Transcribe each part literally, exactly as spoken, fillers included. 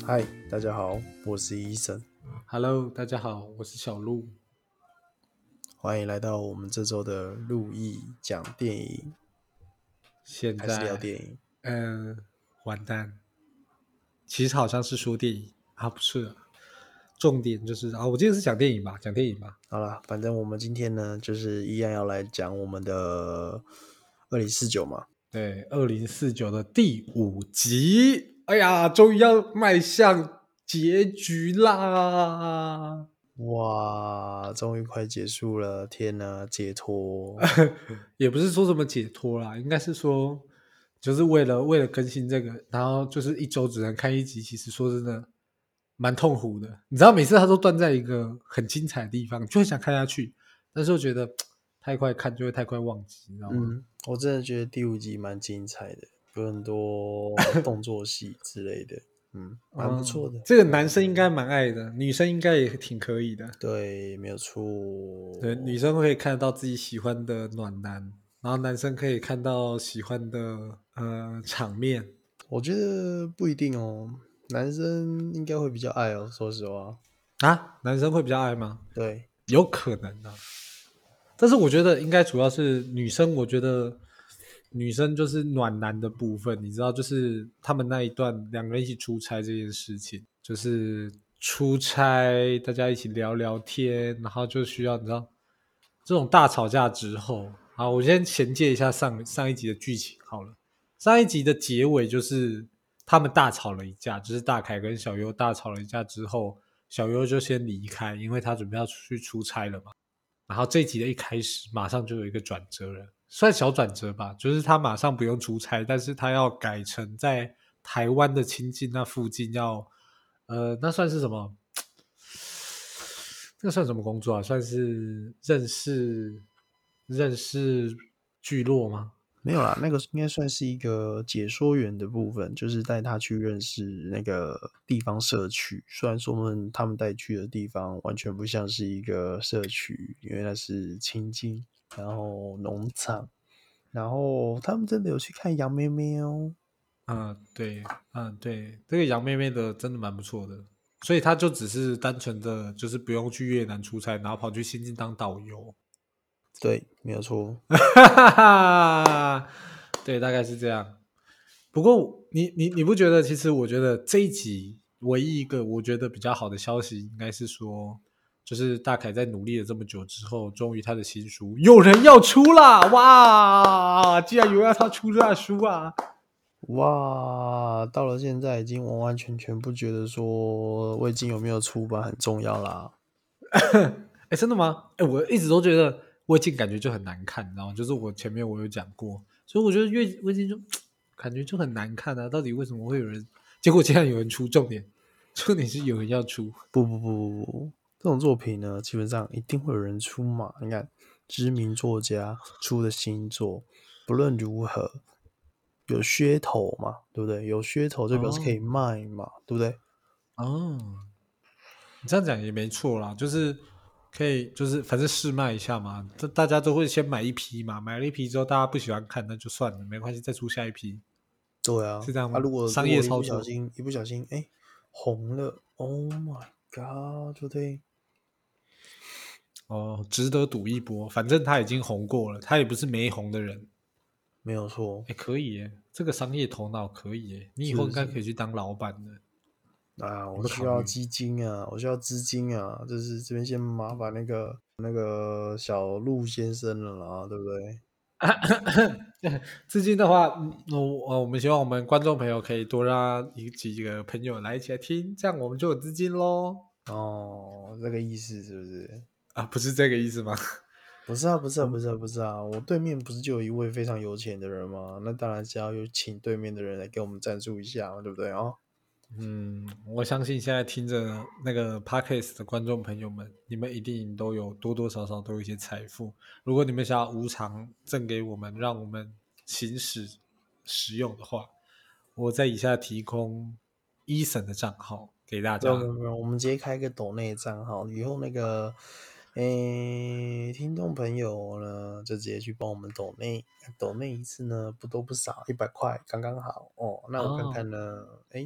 嗨，大家好，我是医生， Hello，大家好，我是小鹿。 欢迎来到我们这周的路易讲电影，还是聊现在， 电影？ 嗯、完蛋，其实好像是说电影啊，不是啊，重点就是啊，我今天是讲电影吧，讲电影吧。 好啦，反正我们今天呢，就是一样要来讲我们的二零四九嘛。 对，二零四九的第五集，哎呀，终于要迈向结局啦！ 哇，终于快结束了，天哪，解脱！ 也不是说什么解脱啦，应该是说，就是为了为了更新这个，然后就是一周只能看一集，其实说真的蛮痛苦的。你知道，每次它都断在一个很精彩的地方，就会想看下去，但是又觉得太快看就会太快忘记，你知道吗？ 嗯，我真的觉得第五集蛮精彩的，有很多动作戏之类的，嗯，蛮不错嗯， 的。 这个男生应该蛮爱的，女生应该也挺可以的。 对，没有错。 对，女生可以看得到自己喜欢的暖男，然后男生可以看到喜欢的呃场面。 我觉得不一定哦，男生应该会比较爱哦，说实话。 啊，男生会比较爱吗？ 对， 有可能啊，但是我觉得应该主要是女生，我觉得女生就是暖男的部分，你知道，就是他们那一段两个人一起出差这件事情，就是出差大家一起聊聊天，然后就需要你知道这种大吵架之后，好，我先衔接一下上上一集的剧情好了。上一集的结尾就是他们大吵了一架，就是大凯跟小优大吵了一架之后，小优就先离开，因为他准备要出去出差了嘛。然后这一集的一开始，马上就有一个转折了，算小转折吧，就是他马上不用出差，但是他要改成在台湾的亲近那附近要，呃，那算是什么？那算什么工作啊？算是认识认识聚落吗？ 没有啦，那个应该算是一个解说员的部分，就是带他去认识那个地方社区。虽然说我们他们带去的地方完全不像是一个社区，因为那是清境，然后农场，然后他们真的有去看羊妹妹哦。 嗯，对，嗯，对，这个杨妹妹的真的蛮不错的，所以他就只是单纯的就是不用去越南出差，然后跑去新津当导游。 对，没有错。 哈哈哈，对，大概是这样。不过你你你不觉得？其实我觉得这一集唯一一个我觉得比较好的消息，应该是说，就是大凯在努力了这么久之后，终于他的新书有人要出啦！哇，竟然有人要他出这书啊！ 哇，到了现在已经完完全全不觉得说味精有没有出版很重要啦。 哎，真的吗？哎，我一直都觉得魏晋感觉就很难看，你知道吗？就是我前面我有讲过，所以我觉得魏魏晋就感觉就很难看啊。到底为什么会有人？结果竟然有人出，重点重点是有人要出。 不不不不不，这种作品呢，基本上一定会有人出嘛。你看，知名作家出的新作，不论如何有噱头嘛，对不对？有噱头就表示可以哦卖嘛，对不对？ 哦，你这样讲也没错啦，就是可以，就是反正试卖一下嘛，这大家都会先买一批嘛，买了一批之后大家不喜欢看，那就算了，没关系，再出下一批， 对啊，啊， 是这样吗？ 如果商如果一不小业操作。 心一不小心，哎，红了，Oh my God，对不对？ 哦，值得赌一波，反正他已经红过了，他也不是没红的人。 没有错， 哎，可以耶，这个商业头脑可以耶，你以后应该是不是？ 可以去当老板的， 啊，我有没有考虑？ 需要基金啊，我需要资金啊，就是这边先麻烦那个那个小陆先生了啦，对不对？ 资金的话，嗯我我们希望我们观众朋友可以多让一几个朋友来一起来听，这样我们就有资金喽。 哦，这个意思是不是？ 啊，不是这个意思吗？ 不是啊，不是啊，不我是啊，不是啊，我对面不是就有一位非常有钱的人吗？那当然是要有请对面的人来给我们赞助一下嘛，对不对啊？ 嗯，我相信现在听着那个 podcast 的观众朋友们，你们一定都有多多少少都有一些财富。如果你们想要无偿赠给我们，让我们行使使用的话，我在以下提供一审的账号给大家。 没有没有没有，我们直接开个抖内账号，以后那个诶听众朋友呢，就直接去帮我们抖内，抖内一次呢不多不少，一百块刚刚好哦。那我看哦， 看呢，诶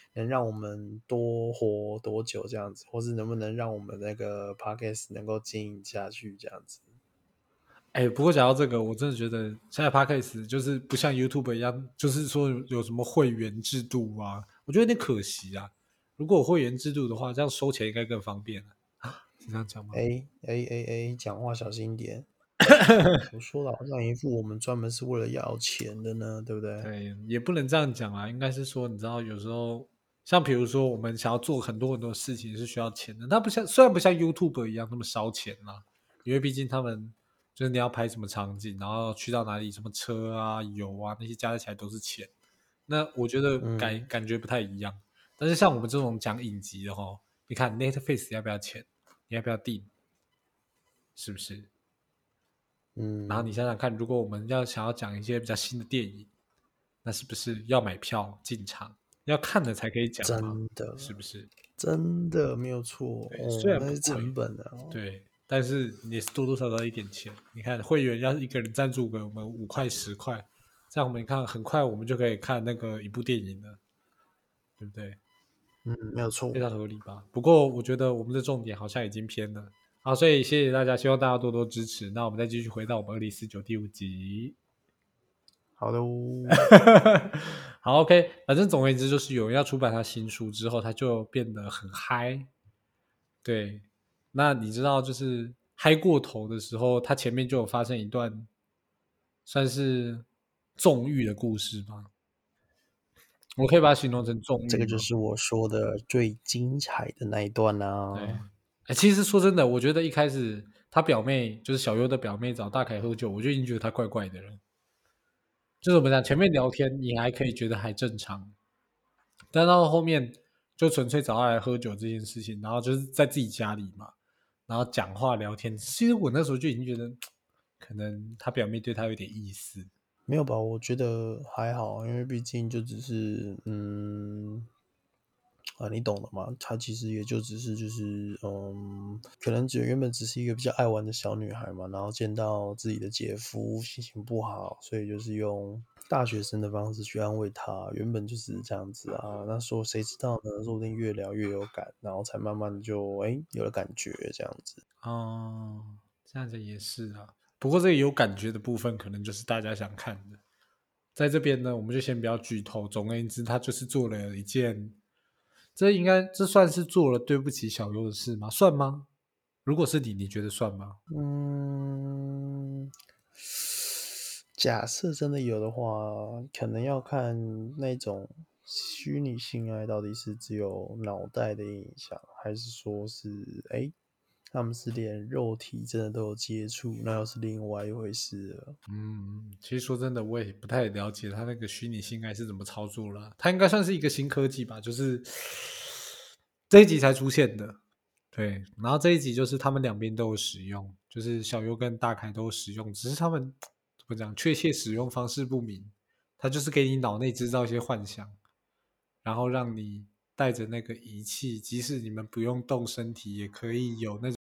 能让我们多活多久这样子，或是能不能让我们那个 podcast 能够经营下去这样子。 哎，不过讲到这个，我真的觉得现在 Podcast 就是不像 YouTube 一样，就是说有有什么会员制度啊，我觉得有点可惜啊。如果有会员制度的话，这样收钱应该更方便啊。是这样讲吗？ 哎哎哎哎，讲话小心一点。我说的好像一副我们专门是为了要钱的呢，对不对？ 对，也不能这样讲啊，应该是说，你知道，有时候像比如说，我们想要做很多很多事情是需要钱的，那不像虽然不像 YouTube 一样那么烧钱啦，因为毕竟他们就是你要拍什么场景，然后去到哪里，什么车啊、油啊那些加起来都是钱，那我觉得感嗯感觉不太一样。但是像我们这种讲影集的哈，你看 Netflix 要不要钱？你要不要订？是不是？然后你嗯， 想想看，如果我们要想要讲一些比较新的电影，那是不是要买票进场，要看了才可以讲吗？ 真的是不是？ 真的没有错对，虽哦，那是然不贵， 成本啊。 对，但是也是多多少少一点钱。你看会员要是一个人赞助给我们五块十块，这样我们看很快我们就可以看那个一部电影了，对不对？ 嗯，没有错。 非常合理吧？不过我觉得我们的重点好像已经偏了。好，所以谢谢大家，希望大家多多支持。那我们再继续回到我们二零四九第五集。 好的哦， 好，OK，反正总而言之，就是有人要出版他新书之后，他就变得很嗨。对，那你知道，就是嗨过头的时候，他前面就有发生一段算是纵欲的故事吗？我可以把它形容成纵这个就欲吗？ 是我说的最精彩的那一段对， 啊。 哎，其实说真的，我觉得一开始他表妹就是小优的表妹找大凯喝酒，我就已经觉得他怪怪的了。就是我们讲前面聊天，你还可以觉得还正常，但到后面就纯粹找他来喝酒这件事情，然后就是在自己家里嘛，然后讲话聊天。其实我那时候就已经觉得，可能他表妹对他有点意思。 没有吧？我觉得还好，因为毕竟就只是嗯啊，你懂的嘛。她其实也就只是就是嗯，可能只原本只是一个比较爱玩的小女孩嘛，然后见到自己的姐夫心情不好，所以就是用大学生的方式去安慰他。原本就是这样子啊，那说谁知道呢？说不定越聊越有感，然后才慢慢的就哎有了感觉这样子。 哦，这样子也是啊。不过这个有感觉的部分，可能就是大家想看的。在这边呢，我们就先不要剧透。总而言之，他就是做了一件，这应该这算是做了对不起小优的事吗？算吗？如果是你，你觉得算吗？ 嗯，假设真的有的话，可能要看那种虚拟性爱到底是只有脑袋的影响，还是说是哎、诶他们是连肉体真的都有接触，那又是另外一回事了。 嗯，其实说真的，我也不太了解他那个虚拟性爱是怎么操作啦。它应该算是一个新科技吧，就是这一集才出现的。对，然后这一集就是他们两边都有使用，就是小优跟大凯都有使用，只是他们怎么讲，确切使用方式不明。他就是给你脑内制造一些幻想，然后让你带着那个仪器，即使你们不用动身体，也可以有那种。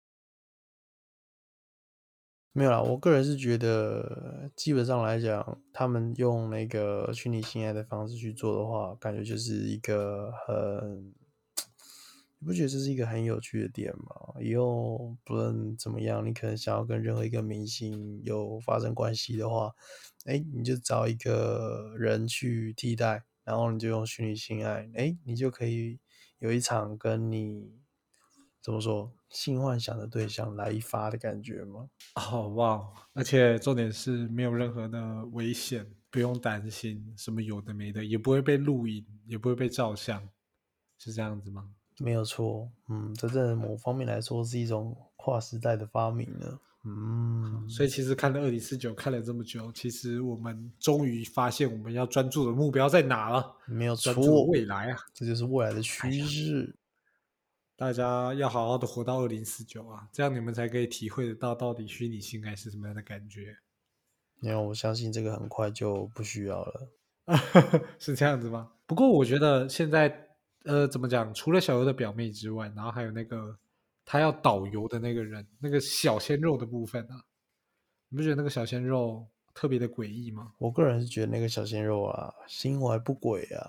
没有啦，我个人是觉得，基本上来讲，他们用那个虚拟性爱的方式去做的话，感觉就是一个很，你不觉得这是一个很有趣的点吗？以后不论怎么样，你可能想要跟任何一个明星有发生关系的话，哎，你就找一个人去替代，然后你就用虚拟性爱，哎，你就可以有一场跟你怎么说性幻想的对象来一发的感觉吗？ 哦哇，而且重点是没有任何的危险，不用担心什么有的没的，也不会被录影，也不会被照相，是这样子吗？ 没有错，嗯，这在某方面来说是一种跨时代的发明呢。 所以嗯， 其实看了二零四九看了这么久，其实我们终于发现我们要专注的目标在哪了， 没有专注的错， 未来啊！ 这就是未来的哎呀， 趋势。 大家要好好的活到二零四九啊，这样你们才可以体会得到到底虚拟性爱是什么样的感觉。 因为我相信这个很快就不需要了。 是这样子吗？不过我觉得现在，呃，怎么讲？除了小优的表妹之外，然后还有那个他要导游的那个人，那个小鲜肉的部分啊，你不觉得那个小鲜肉特别的诡异吗？ 我个人是觉得那个小鲜肉啊，心怀不轨啊。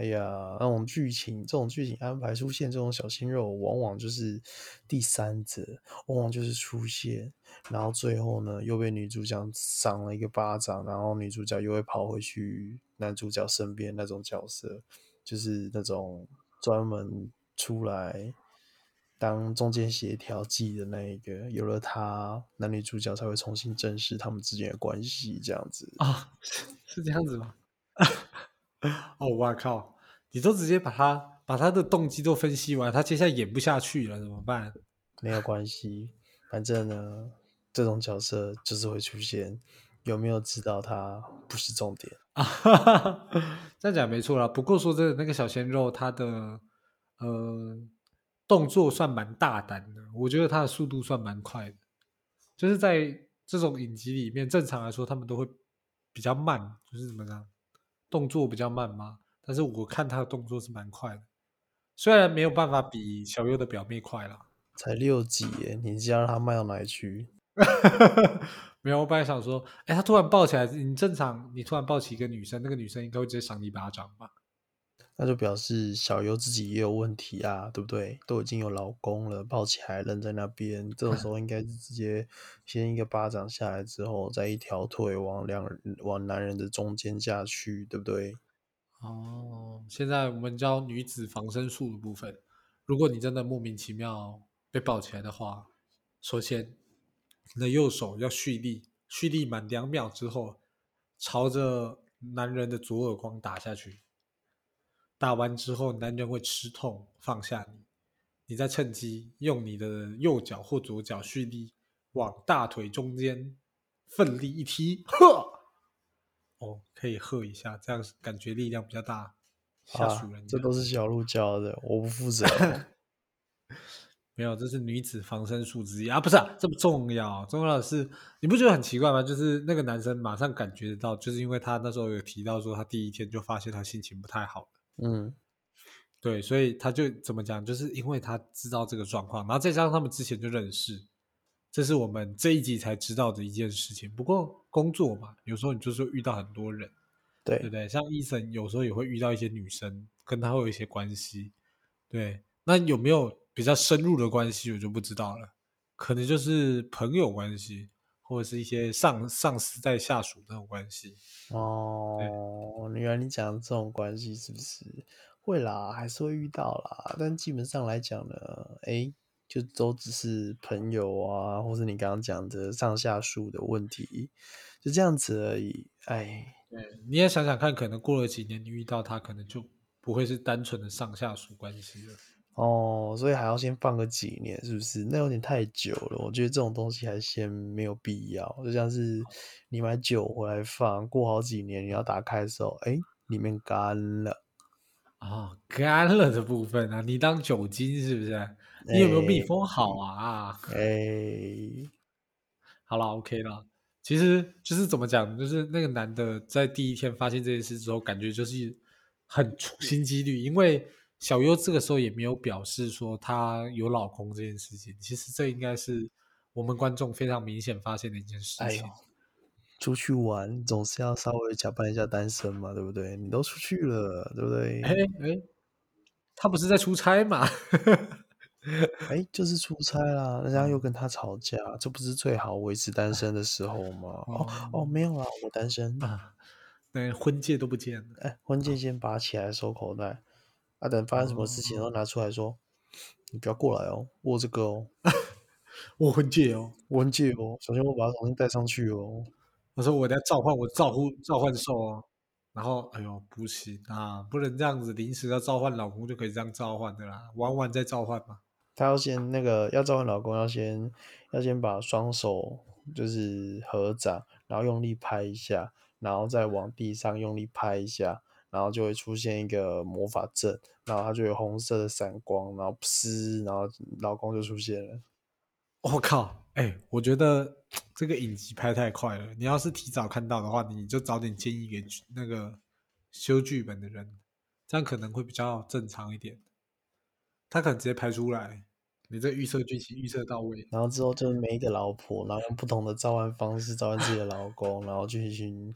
哎呀，那种剧情，这种剧情安排出现这种小鲜肉，往往就是第三者，往往就是出现，然后最后呢又被女主角赏了一个巴掌，然后女主角又会跑回去男主角身边那种角色，就是那种专门出来当中间协调剂的那一个，有了他，男女主角才会重新正视他们之间的关系，这样子。 啊，是是这样子吗？哦，我靠！你都直接把他把他的动机都分析完，他接下来演不下去了，怎么办？ 没有关系，反正呢，这种角色就是会出现，有没有知道他不是重点。 啊，哈哈，这样讲没错啦。不过说真的，那个小鲜肉他的呃动作算蛮大胆的，我觉得他的速度算蛮快的。就是在这种影集里面，正常来说他们都会比较慢，就是怎么讲，动作比较慢嘛。但是我看他的动作是蛮快的，虽然没有办法比小优的表妹快啦。 才六集耶，你是要让他卖到哪里去？ 没有，我本来想说，哎，他突然抱起来，你正常，你突然抱起一个女生，那个女生应该会直接赏你一巴掌吧？ 那就表示小优自己也有问题啊，对不对？都已经有老公了，抱起来扔在那边，这种时候应该是直接先一个巴掌下来之后，再一条腿往两人往男人的中间下去，对不对？ 哦，现在我们教女子防身术的部分。如果你真的莫名其妙被抱起来的话，首先你的右手要蓄力，蓄力满两秒之后，朝着男人的左耳光打下去。打完之后，男人会吃痛，放下你。你再趁机用你的右脚或左脚蓄力往大腿中间奋力一踢，呵！哦，可以喝一下，这样感觉力量比较大，吓啊， 死人家。 这都是小鹿教的，我不负责。 没有，这是女子防身术之一啊，不是啊，这不重要。重要的是，你不觉得很奇怪吗？就是那个男生马上感觉得到，就是因为他那时候有提到说，他第一天就发现他心情不太好。 嗯， 对，所以他就怎么讲，就是因为他知道这个状况，然后再加上他们之前就认识，这是我们这一集才知道的一件事情。不过工作嘛，有时候你就是会遇到很多人，对不对。 对？像医生有时候也会遇到一些女生，跟他会有一些关系。对，那有没有比较深入的关系，我就不知道了。可能就是朋友关系，或者是一些上上司在下属那种关系。对， 哦，原来你讲的这种关系是不是？会啦，还是会遇到啦，但基本上来讲呢，诶，就都只是朋友啊，或是你刚刚讲的上下属的问题，就这样子而已。哎， 对，你也想想看，可能过了几年，你遇到他，可能就不会是单纯的上下属关系了。 哦，所以还要先放个几年，是不是？那有点太久了，我觉得这种东西还先没有必要。就像是你买酒回来放，过好几年，你要打开的时候，诶，里面干了。 哦，干了的部分啊，你当酒精是不是？你有没有密哎封好啊？ 哎， 好啦，OK 啦。其实就是怎么讲，就是那个男的在第一天发现这件事之后，感觉就是很处心积虑，因为小优这个时候也没有表示说她有老公这件事情。其实这应该是我们观众非常明显发现的一件事哎呦， 情。 出去玩总是要稍微假扮一下单身嘛，对不对？你都出去了，对不哎对？ 哎，他不是在出差嘛？ 哎，就是出差啦，人家又嗯跟他吵架，这不是最好维持单身的时候吗？哦哦， 哦没有啦，我单身。 啊，那婚戒都不见了。 哎，婚戒先拔起来收口袋，啊，等发生什么事情哦， 都拿出来说，你不要过来哦，我有这个哦， 我婚戒哦。 我婚戒哦，首先我把它重新戴上去哦。 我说我在召唤我召呼召唤兽哦，然后哎呦不行啊，不能这样子临时要召唤老公就可以这样召唤的啦，玩完再召唤嘛。 她要先那个要召唤老公，要先要先把双手就是合掌，然后用力拍一下，然后再往地上用力拍一下，然后就会出现一个魔法阵，然后它就有红色的闪光，然后噗，然后老公就出现了。 我、靠，哎，我觉得这个影集拍太快了，你要是提早看到的话，你就早点建议给剧那个修剧本的人，这样可能会比较正常一点。他可能直接拍出来，你这预测剧情预测到位。 然后之后就是每一个老婆，然后用不同的召唤方式召唤自己的老公，然后进行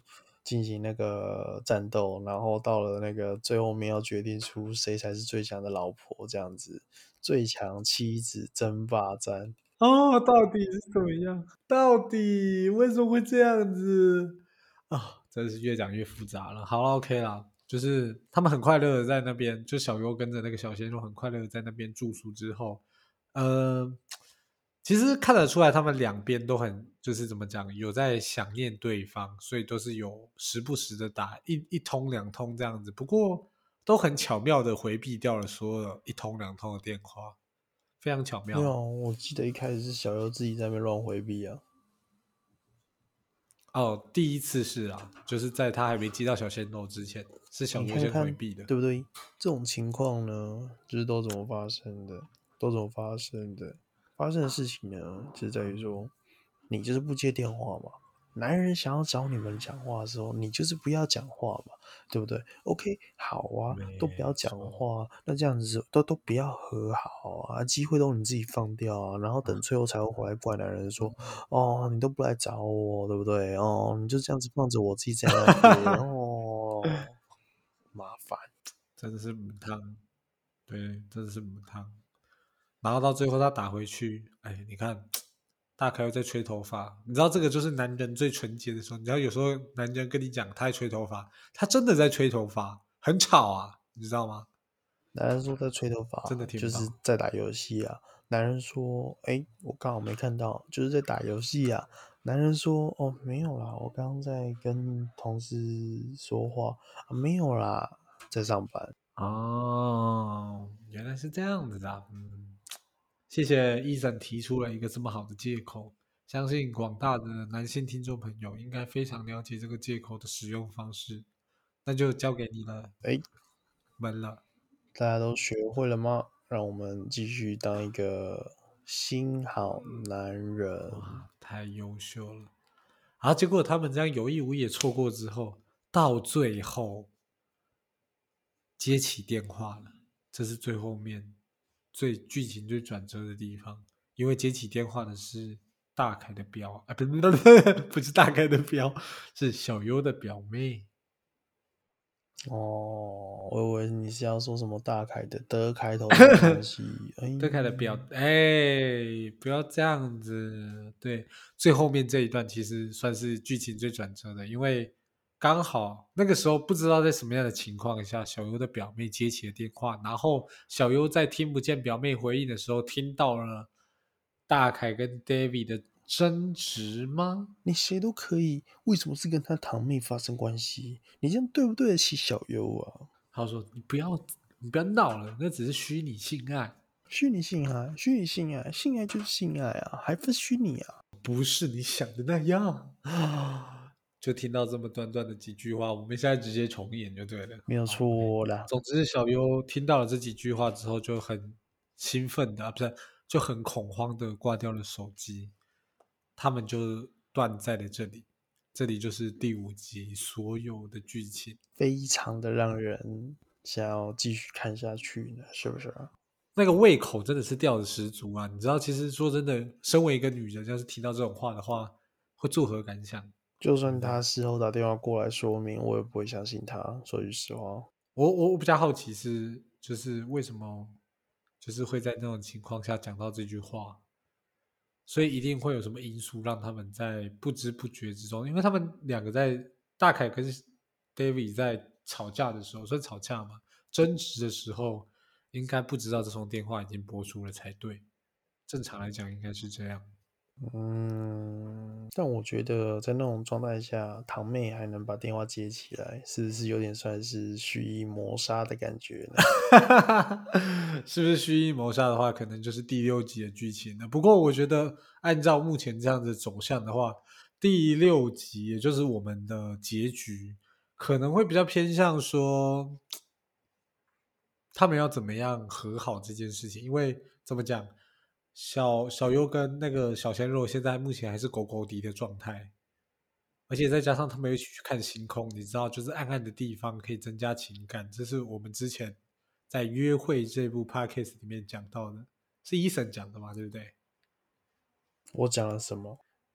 进行那个战斗，然后到了那个最后面要决定出谁才是最强的老婆，这样子，最强妻子争霸战。 哦，到底是怎么样？到底为什么会这样子啊？真是越讲越复杂了。好了，OK 啦，就是他们很快乐的在那边，就小优跟着那个小鲜肉很快乐的在那边住宿之后，呃，其实看得出来他们两边都很就是怎么讲，有在想念对方，所以都是有时不时的打一一通两通这样子。不过都很巧妙的回避掉了所有一通两通的电话，非常巧没有， 妙。 我记得一开始是小优自己在那边乱回避啊。 哦，第一次是啊，就是在他还没接到小鲜肉之前，是小你优先回看看， 避的。 对不对？这种情况呢，就是都怎么发生的，都怎么发生的。发生的事情呢，就是在于说，你就是不接电话嘛。男人想要找你们讲话的时候，你就是不要讲话嘛，对不对？OK，好啊，都不要讲没错， 话，那这样子都都不要和好啊，机会都你自己放掉啊，然后等最后才会回来怪男人说，哦，你都不来找我，对不对？哦，你就这样子放着我自己在那边，哦。麻烦。 真的是母汤，对，真的是母汤。然后到最后他打回去，哎，你看，大开又在吹头发，你知道这个就是男人最纯洁的时候。你知道有时候男人跟你讲他在吹头发，他真的在吹头发，很吵啊，你知道吗？ 男人说在吹头真的发，就是听不到。 在打游戏啊。男人说：“哎，我刚好没看到，就是在打游戏啊。”男人说：“哦，没有啦，我刚刚在跟同事说话啊，没有啦，在上班。” 哦，原来是这样子的啊，嗯，谢谢医生提出了一个这么好的借口，相信广大的男性听众朋友应该非常了解这个借口的使用方式，那就交给你了， 哎， 闷了， 大家都学会了吗？让我们继续当一个新好男人。 哇，太优秀了。然后结果他们这样有意无意也错过之后，到最后接起电话了，这是最后面最剧情最转折的地方，因为接起电话的是大凯的表，啊，不是不是不是大凯的表，是小优的表妹。 哦，我以为你是要说什么大开的德开头什么东西？哎， 大凯的表，哎，不要这样子。对，最后面这一段其实算是剧情最转折的，因为刚好那个时候不知道在什么样的情况下，小优的表妹接起了电话，然后小优在听不见表妹回应的时候，听到了大凯跟 David 的争执吗？ 你谁都可以，为什么是跟他堂妹发生关系？你这样对不对得起小优啊？ 他说：“你不要，你不要闹了，那只是虚拟性爱， 虚拟性爱，虚拟性爱，性爱就是性爱啊，还分虚拟啊？ 不是你想的那样。”就听到这么短短的几句话，我们现在直接重演就对了。 没有好，OK。 错啦。 总之，小优听到了这几句话之后，就很兴奋的啊，不是，就很恐慌的挂掉了手机。他们就断在了这里，这里就是第五集所有的剧情。 非常的让人想要继续看下去呢，是不是啊？ 那个胃口真的是吊的十足啊！你知道，其实说真的，身为一个女人，要是听到这种话的话，会作何感想？ 就算对不对？ 他事后打电话过来说明，我也不会相信他。说句实话， 我我我比较好奇是，就是为什么，就是会在那种情况下讲到这句话，所以一定会有什么因素让他们在不知不觉之中，因为他们两个在大凯跟 David 在吵架的时候，算吵架嘛，争执的时候，应该不知道这通电话已经播出了才对。正常来讲应该是这样。 嗯，但我觉得在那种状态下，堂妹还能把电话接起来，是不是有点算是蓄意谋杀的感觉呢？ 是不是蓄意谋杀的话，可能就是第六集的剧情了。不过我觉得，按照目前这样子走向的话，第六集也就是我们的结局，可能会比较偏向说，他们要怎么样和好这件事情。因为怎么讲，小小优跟那个小鲜肉现在目前还是狗狗敌的状态，而且再加上他们一起去看星空，你知道，就是暗暗的地方可以增加情感，这是我们之前在《约会》这部 podcast 里面讲到的，是伊森讲的嘛，对不对？ 我讲了什么？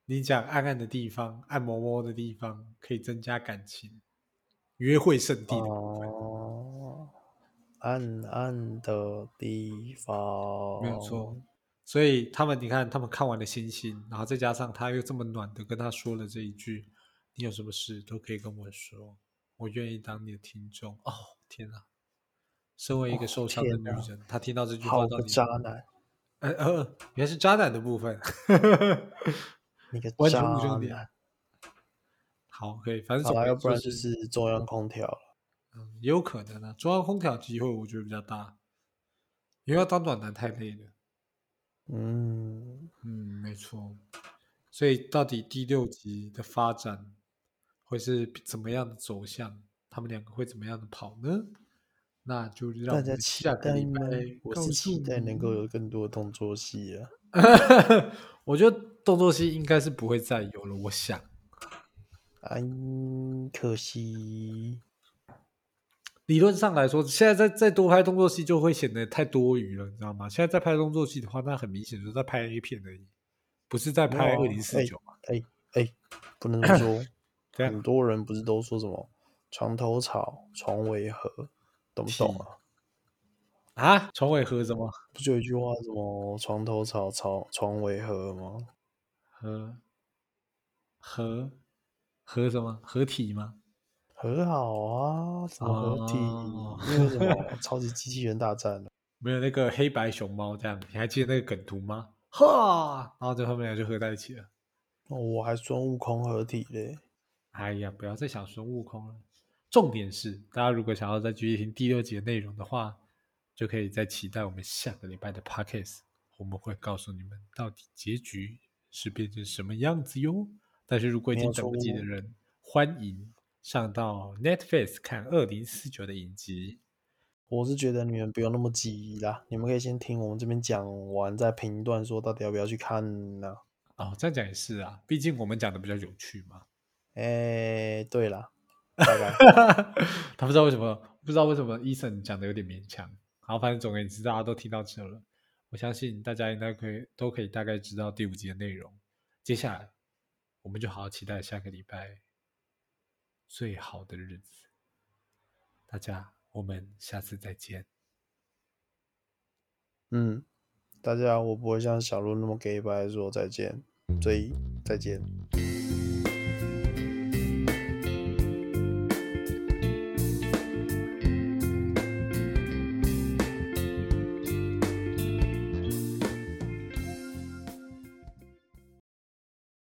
你讲暗暗的地方，暗摸摸的地方，可以增加感情，约会圣地的部分。 哦，暗暗的地没有错。 方。 所以他们，你看，他们看完了星星，然后再加上他又这么暖的跟他说了这一句：“你有什么事都可以跟我说，我愿意当你的听众。”哦，天哪！身为一个哦， 受伤的天哪， 女人，她听到这句话好个到底…… 渣男， 呃呃，原来是渣男的部分， 你个完渣全无重点。 男。 好，可以，反正好啦， 总而要不然就言之是， 是中央空调了。 嗯，也有可能啊。中央空调机会我觉得比较大，因为要当暖男太累了。 嗯， 嗯，没错。所以到底第六集的发展会是怎么样的走向？他们两个会怎么样的跑呢？那就让大我们家期下个礼拜待吗？我告诉是期待能够你。 有更多动作戏啊。 我觉得动作戏应该是不会再有了，我想。 哎，可惜。 理论上来说，现在再再多拍动作戏就会显得太多余了，你知道吗？现在在拍动作戏的话，那很明显就是在拍 A 片而已，不是在拍二没有啊，哎零四九嘛？ 哎哎，不能这么说。 这样很多人不是都说什么床头吵，床尾和，懂不懂屁啊？ 啊？床尾和什么？ 不就有一句话什么床头吵，床床尾和吗？ 和和和什么？合体吗？ 和好啊，怎么合哦， 体？因为什么超级机器人大战了？ 没有那个黑白熊猫这样，你还记得那个梗图吗？哈，然后最后面俩就合在一起了。 哦，我还孙悟空合体嘞。 哎呀，不要再想孙悟空了。重点是，大家如果想要再继续听第六集的内容的话，就可以再期待我们下个礼拜的 podcast，我们会告诉你们到底结局是变成什么样子哟。但是如果已没有经等不及的错误。 人，欢迎上到 Netflix 看二零四九的影集。 我是觉得你们不用那么急啦，你们可以先听我们这边讲完，再评断说到底要不要去看呢、 哦，这样讲也是啊，毕竟我们讲的比较有趣嘛。 哎，对啦，大概。 他不知道为什么，不知道为什么 Eason 讲的有点勉强。好，反正总而言之，大家都听到这了，我相信大家应该可以都可以大概知道第五集的内容。接下来，我们就好好期待下个礼拜最好的日子。大家，我们下次再见。 嗯，大家我不会像小鹿那么 gay 白说再见，所以再见。